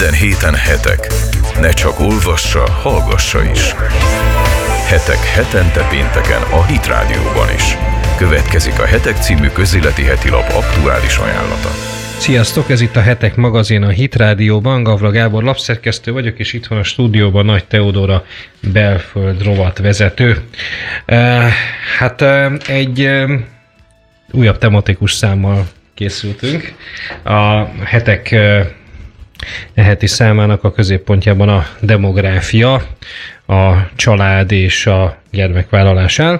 Minden héten hetek. Ne csak olvassa, hallgassa is. Hetek hetente pénteken a Hit Rádióban is. Következik a Hetek című közéleti hetilap aktuális ajánlata. Sziasztok, ez itt a Hetek magazin a Hit Rádióban. Gavra Gábor lapszerkesztő vagyok, és itt van a stúdióban Nagy Teodóra belföld rovatvezető. Egy újabb tematikus számmal készültünk. A Hetek heti számának a középpontjában a demográfia, a család és a gyermekvállalás áll.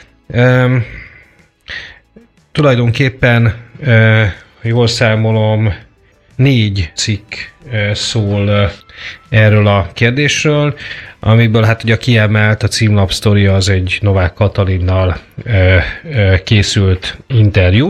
Tulajdonképpen, jól számolom, 4 cikk szól erről a kérdésről, amiből hát ugye kiemelt a címlap sztoria az egy Novák Katalinnal készült interjú,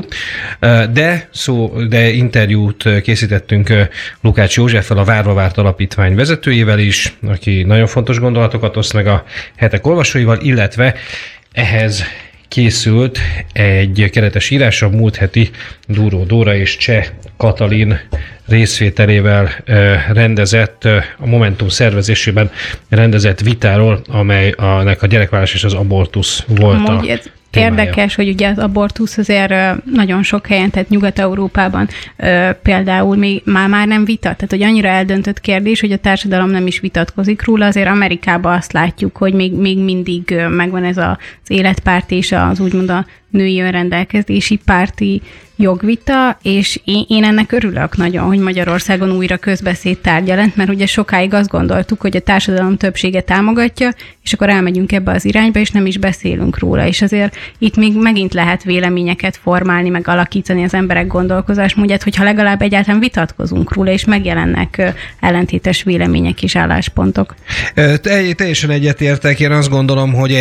de interjút készítettünk Lukács Józseffel, a Várva Várt Alapítvány vezetőjével is, aki nagyon fontos gondolatokat oszt meg a Hetek olvasóival, illetve ehhez készült egy keretes írás a múlt heti Dúró Dóra és Cseh Katalin részvételével rendezett, a Momentum szervezésében rendezett vitáról, amelynek a gyerekvállalás és az abortusz volt a témája. Érdekes, hogy ugye az abortusz azért nagyon sok helyen, tehát Nyugat-Európában például még már nem vitat, tehát hogy annyira eldöntött kérdés, hogy a társadalom nem is vitatkozik róla, azért Amerikában azt látjuk, hogy még mindig megvan ez az életpárti és az úgymond a női önrendelkezési párti jogvita, és én ennek örülök nagyon, hogy Magyarországon újra közbeszéd tárgya lett, mert ugye sokáig azt gondoltuk, hogy a társadalom többsége támogatja, és akkor elmegyünk ebbe az irányba, és nem is beszélünk róla. És azért itt még megint lehet véleményeket formálni, meg alakítani az emberek gondolkozásmódját, hogyha legalább egyáltalán vitatkozunk róla, és megjelennek ellentétes vélemények és álláspontok. Teljesen egyetértek. Én azt gondolom, hogy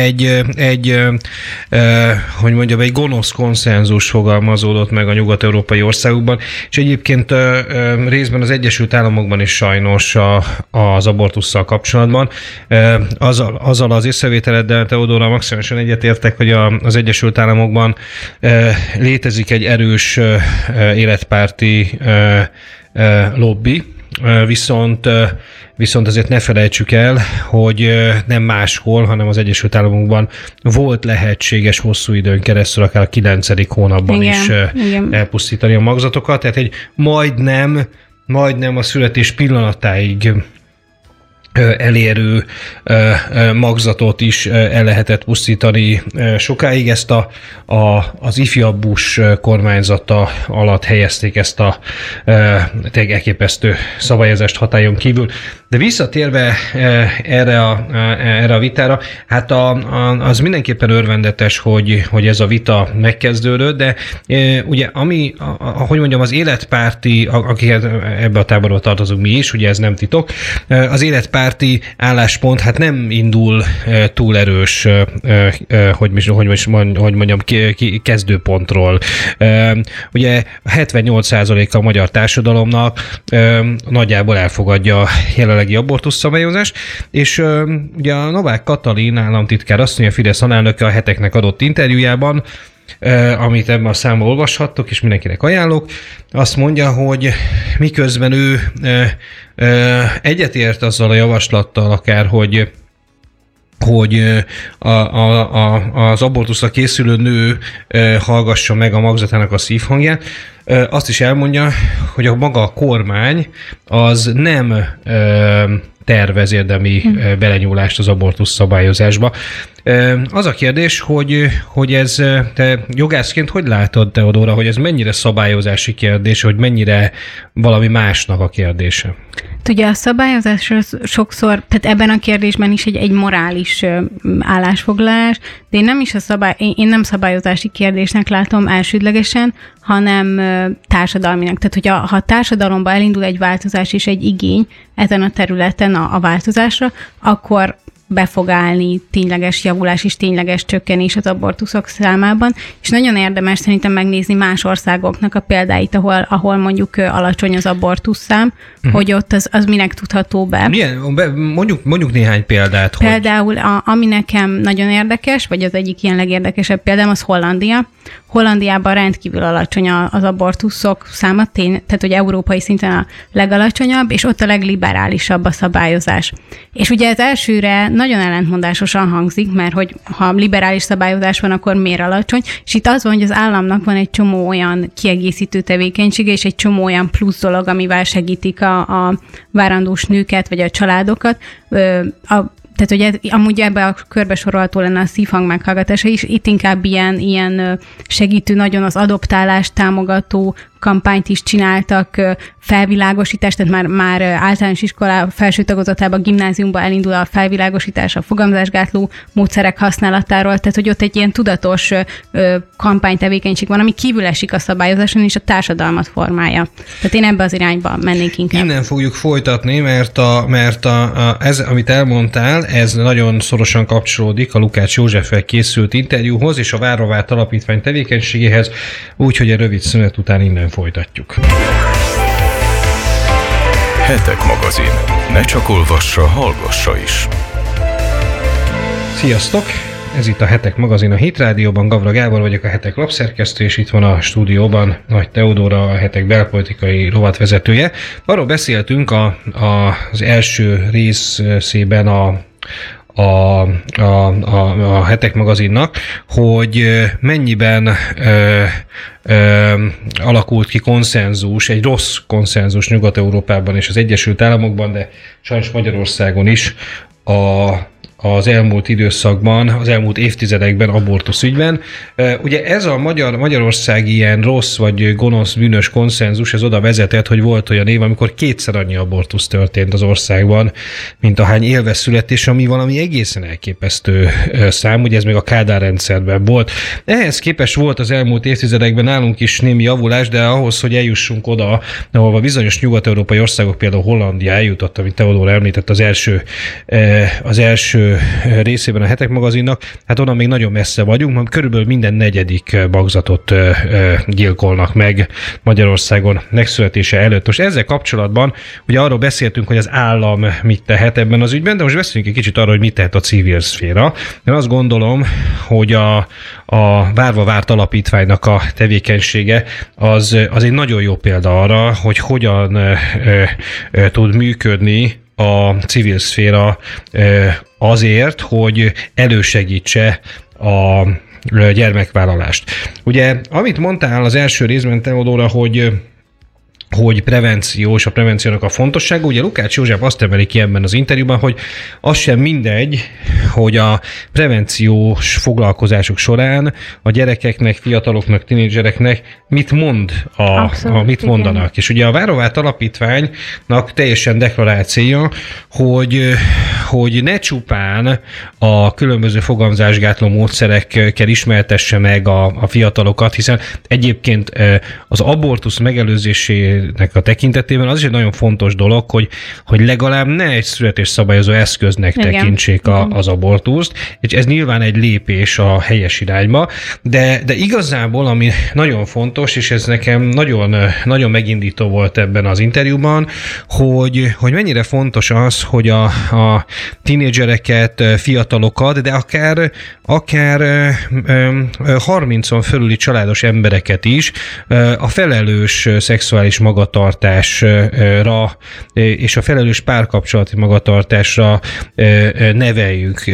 egy gonosz konszenzus fogalmazódott meg a nyugat-európai országokban, és egyébként részben az Egyesült Államokban is sajnos az abortusszal kapcsolatban. Azzal az észrevételeddel, Teodóra, maximálisan egyetértek, hogy az Egyesült Államokban létezik egy erős életpárti lobby, viszont azért ne felejtsük el, hogy nem máshol, hanem az Egyesült Államokban volt lehetséges hosszú időn keresztül, akár a 9. hónapban is elpusztítani a magzatokat, tehát egy majdnem a születés pillanatáig elérő magzatot is el lehetett pusztítani sokáig. Ezt az ifjabb Bush kormányzata alatt helyezték ezt a elképesztő szabályozást hatályon kívül. De visszatérve erre a vitára, hát az mindenképpen örvendetes, hogy ez a vita megkezdődött, de ugye az életpárti, akiket ebbe a táborba tartozunk mi is, ugye ez nem titok, az életpárti álláspont hát nem indul túl erős, kezdőpontról. Ugye 78%-a a magyar társadalomnak nagyjából elfogadja jelenlegi abortusz szabályozást, és ugye a Novák Katalin államtitkár asszony, a Fidesz alelnöke a Heteknek adott interjújában, amit ebben a számban olvashattok, és mindenkinek ajánlok, azt mondja, hogy miközben ő egyetért azzal a javaslattal akár, hogy az abortuszra készülő nő hallgassa meg a magzatának a szívhangját, azt is elmondja, hogy a maga a kormány az nem tervez érdemi belenyúlást az abortusz szabályozásba. Az a kérdés, hogy ez, te jogászként hogy látod, Teodóra, hogy ez mennyire szabályozási kérdés, hogy mennyire valami másnak a kérdése? Ugye a szabályozás sokszor, tehát ebben a kérdésben is egy morális állásfoglalás, de én nem szabályozási kérdésnek látom elsődlegesen, hanem társadalminak. Tehát, ha a társadalomban elindul egy változás és egy igény ezen a területen a változásra, akkor be fog állni tényleges javulás és tényleges csökkenés az abortuszok számában, és nagyon érdemes szerintem megnézni más országoknak a példáit, ahol mondjuk alacsony az abortuszszám, hogy ott az minek tudható be. Mondjuk néhány példát. Például, ami nekem nagyon érdekes, vagy az egyik ilyen legérdekesebb példám, az Hollandia. Hollandiában rendkívül alacsony az abortuszok száma, tehát hogy európai szinten a legalacsonyabb, és ott a legliberálisabb a szabályozás. És ugye ez elsőre nagyon ellentmondásosan hangzik, mert hogy ha liberális szabályozás van, akkor miért alacsony, és itt az van, hogy az államnak van egy csomó olyan kiegészítő tevékenysége, és egy csomó olyan plusz dolog, amivel segítik a várandós nőket, vagy a családokat, tehát, hogy amúgy ebbe a körbe sorolható lenne a szívhang meghallgatása is, itt inkább ilyen segítő, nagyon az adoptálást támogató kampányt is csináltak, felvilágosítást, tehát már általános iskola felső tagozatában, gimnáziumban elindul a felvilágosítás, a fogamzásgátló módszerek használatáról, tehát hogy ott egy ilyen tudatos kampánytevékenység van, ami kívül esik a szabályozáson, és a társadalmat formálja. Tehát én ebbe az irányba mennék inkább. Innen fogjuk folytatni, mert ez, amit elmondtál, ez nagyon szorosan kapcsolódik a Lukács Józseffel készült interjúhoz, és a Várva Várt Alapítvány tevékenységéhez, úgyhogy a rövid szünet után innen folytatjuk. Hetek magazin. Ne csak olvassa, hallgassa is. Sziasztok! Ez itt a Hetek magazin a Hit Rádióban. Gavra Gábor vagyok, a Hetek lapszerkesztő, és itt van a stúdióban Nagy Teodóra, a Hetek belpolitikai rovatvezetője. Arról beszéltünk az első részében a Hetek magazinnak, hogy mennyiben alakult ki konszenzus, egy rossz konszenzus Nyugat-Európában és az Egyesült Államokban, de sajnos Magyarországon is az elmúlt időszakban, az elmúlt évtizedekben abortusz ügyben. Ugye ez a magyarországi ilyen rossz vagy gonosz, bűnös konszenzus, ez oda vezetett, hogy volt olyan év, amikor 2-szer annyi abortusz történt az országban, mint ahány élve születés, ami valami egészen elképesztő szám, ugye ez még a Kádár rendszerben volt. Ehhez képest volt az elmúlt évtizedekben nálunk is némi javulás, de ahhoz, hogy eljussunk oda, ahol bizonyos nyugat-európai országok, például Hollandia eljutott, amit Teodor említett az első részében a Hetek magazinnak, hát onnan még nagyon messze vagyunk, mert körülbelül minden negyedik magzatot gyilkolnak meg Magyarországon megszületése előtt. Most ezzel kapcsolatban ugye arról beszéltünk, hogy az állam mit tehet ebben az ügyben, de most beszéljünk egy kicsit arról, hogy mit tehet a civil szféra. Én azt gondolom, hogy a Várva Várt Alapítványnak a tevékenysége az egy nagyon jó példa arra, hogy hogyan tud működni a civil szféra azért, hogy elősegítse a gyermekvállalást. Ugye, amit mondtál az első részben, Teodóra, hogy prevenció és a prevenciónak a fontossága. Ugye Lukács József azt emeli ki ebben az interjúban, hogy az sem mindegy, hogy a prevenciós foglalkozások során a gyerekeknek, fiataloknak, tinédzsereknek mit mondanak. Igen. És ugye a Várva Várt Alapítványnak teljesen deklarált célja, hogy ne csupán a különböző fogamzásgátló módszerekkel ismertesse meg a fiatalokat, hiszen egyébként az abortusz megelőzésének a tekintetében az is egy nagyon fontos dolog, hogy legalább ne egy születésszabályozó eszköznek tekintsék az abortuszt, és ez nyilván egy lépés a helyes irányba, de igazából, ami nagyon fontos, és ez nekem nagyon, nagyon megindító volt ebben az interjúban, hogy mennyire fontos az, hogy a tínédzsereket, fiatalokat, de akár 30-on fölüli családos embereket is a felelős szexuális magatartásra és a felelős párkapcsolati magatartásra neveljük,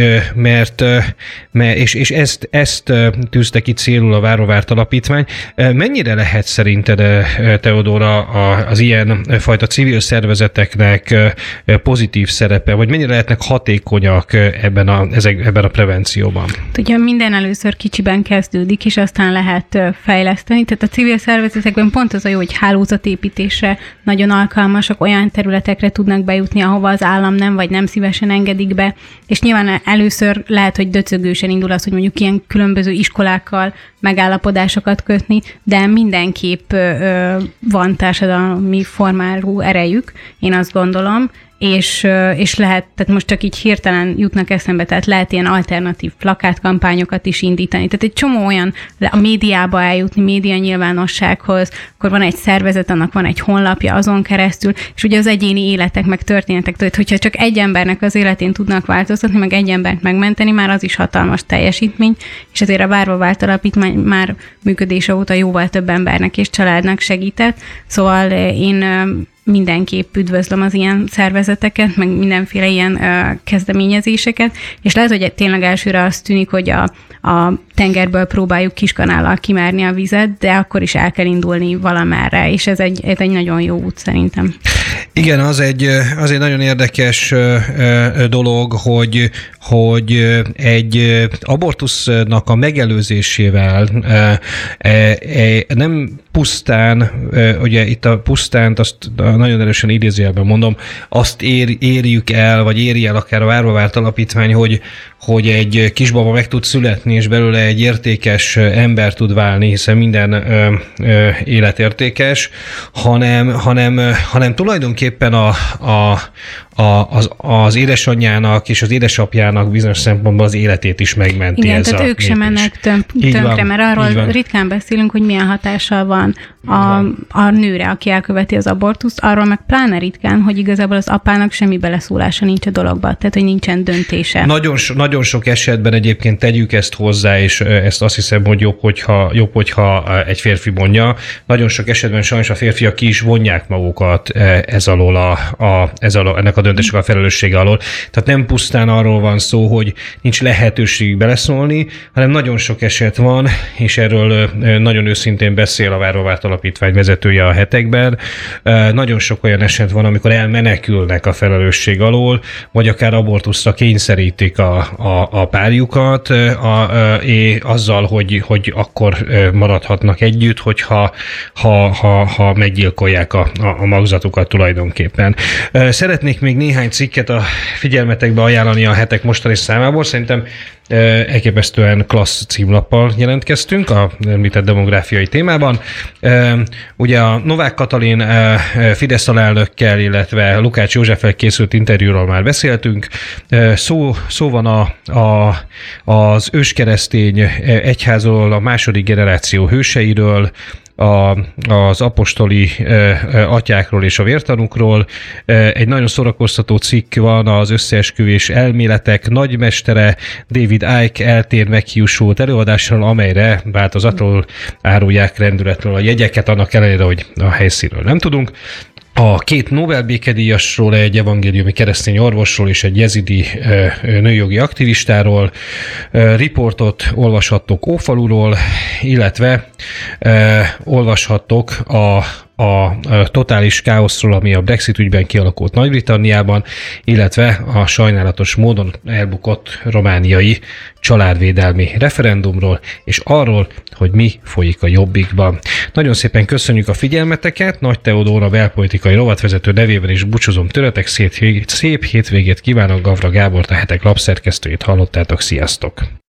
és ezt tűzte ki célul a Várva Várt Alapítvány. Mennyire lehet szerinted, Teodóra, az ilyen fajta civil szervezeteknek pozitív szerepe, vagy mennyire lehetnek hatékonyak ebben a prevencióban? Ugye minden először kicsiben kezdődik, és aztán lehet fejleszteni. Tehát a civil szervezetekben pont az a jó, hogy hálózatépítésre nagyon alkalmasak, olyan területekre tudnak bejutni, ahova az állam nem szívesen engedik be, és nyilván először lehet, hogy döcögősen indul az, hogy mondjuk ilyen különböző iskolákkal megállapodásokat kötni, de mindenképp van társadalmi formáló erejük, én azt gondolom, és lehet, tehát most csak így hirtelen jutnak eszembe, tehát lehet ilyen alternatív plakátkampányokat is indítani. Tehát egy csomó olyan a médiába eljutni, média nyilvánossághoz, akkor van egy szervezet, annak van egy honlapja azon keresztül, és ugye az egyéni életek, meg történetek, tehát hogyha csak egy embernek az életén tudnak változtatni, meg egy embert megmenteni, már az is hatalmas teljesítmény, és ezért a Várva Vált Alapítvány már működése óta jóval több embernek és családnak segített. Szóval én mindenképp üdvözlöm az ilyen szervezeteket, meg mindenféle ilyen kezdeményezéseket, és lehet, hogy tényleg elsőre azt tűnik, hogy a tengerből próbáljuk kiskanállal kimárni a vizet, de akkor is el kell indulni valamerre, és ez egy nagyon jó út szerintem. Igen, az egy nagyon érdekes dolog, hogy egy abortusznak a megelőzésével nem pusztán, ugye itt a pusztánt, azt nagyon erősen idézőjelben mondom, azt érjük el, vagy éri el akár a Várva Vált Alapítvány, hogy egy kisbaba meg tud születni, és belőle egy értékes ember tud válni, hiszen minden életértékes, hanem tulajdonképpen az édesanyjának és az édesapjának bizonyos szempontból az életét is megmenti. Igen, tehát ők sem mennek tönkre, mert arról ritkán beszélünk, hogy milyen hatással van a nőre, aki elköveti az abortuszt, arról meg pláne ritkán, hogy igazából az apának semmi beleszólása nincs a dologba, tehát hogy nincsen döntése. Nagyon sok esetben egyébként tegyük ezt hozzá, és ezt azt hiszem, hogy jobb, hogyha egy férfi mondja. Nagyon sok esetben sajnos a férfiak ki is vonják magukat ez alól ennek a döntésnek a felelőssége alól. Tehát nem pusztán arról van szó, hogy nincs lehetőség beleszólni, hanem nagyon sok eset van, és erről nagyon őszintén beszél a Várva Vált Alapítvány vezetője a hetekben. Nagyon sok olyan eset van, amikor elmenekülnek a felelősség alól, vagy akár abortuszra kényszerítik a párjukat, azzal, hogy akkor maradhatnak együtt, hogyha meggyilkolják a magzatukat tulajdonképpen. Szeretnék még néhány cikket a figyelmetekbe ajánlani a hetek mostani számából. Szerintem elképesztően klassz címlappal jelentkeztünk a említett demográfiai témában. Ugye a Novák Katalin Fidesz alelnökkel, illetve Lukács Józseffel készült interjúról már beszéltünk. Szó van az őskeresztény egyházról, a második generáció hőseiről, az apostoli atyákról és a vértanúkról. Egy nagyon szórakoztató cikk van az összeesküvés elméletek nagymestere David Icke eltér meghiúsult előadásról, amelyre változatról árulják rendületről a jegyeket, annak ellenére, hogy a helyszínről nem tudunk. A két Nobel békedíjasról, egy evangéliumi keresztény orvosról és egy jezidi nőjogi aktivistáról riportot olvashattok Ófaluról, illetve olvashattok a totális káoszról, ami a Brexit ügyben kialakult Nagy-Britanniában, illetve a sajnálatos módon elbukott romániai családvédelmi referendumról, és arról, hogy mi folyik a Jobbikban. Nagyon szépen köszönjük a figyelmeteket, Nagy Teodóra belpolitikai rovatvezető nevében is búcsúzom tőletek, szép hétvégét kívánok, Gavra Gábort, a hetek lapszerkesztőjét hallottátok, sziasztok!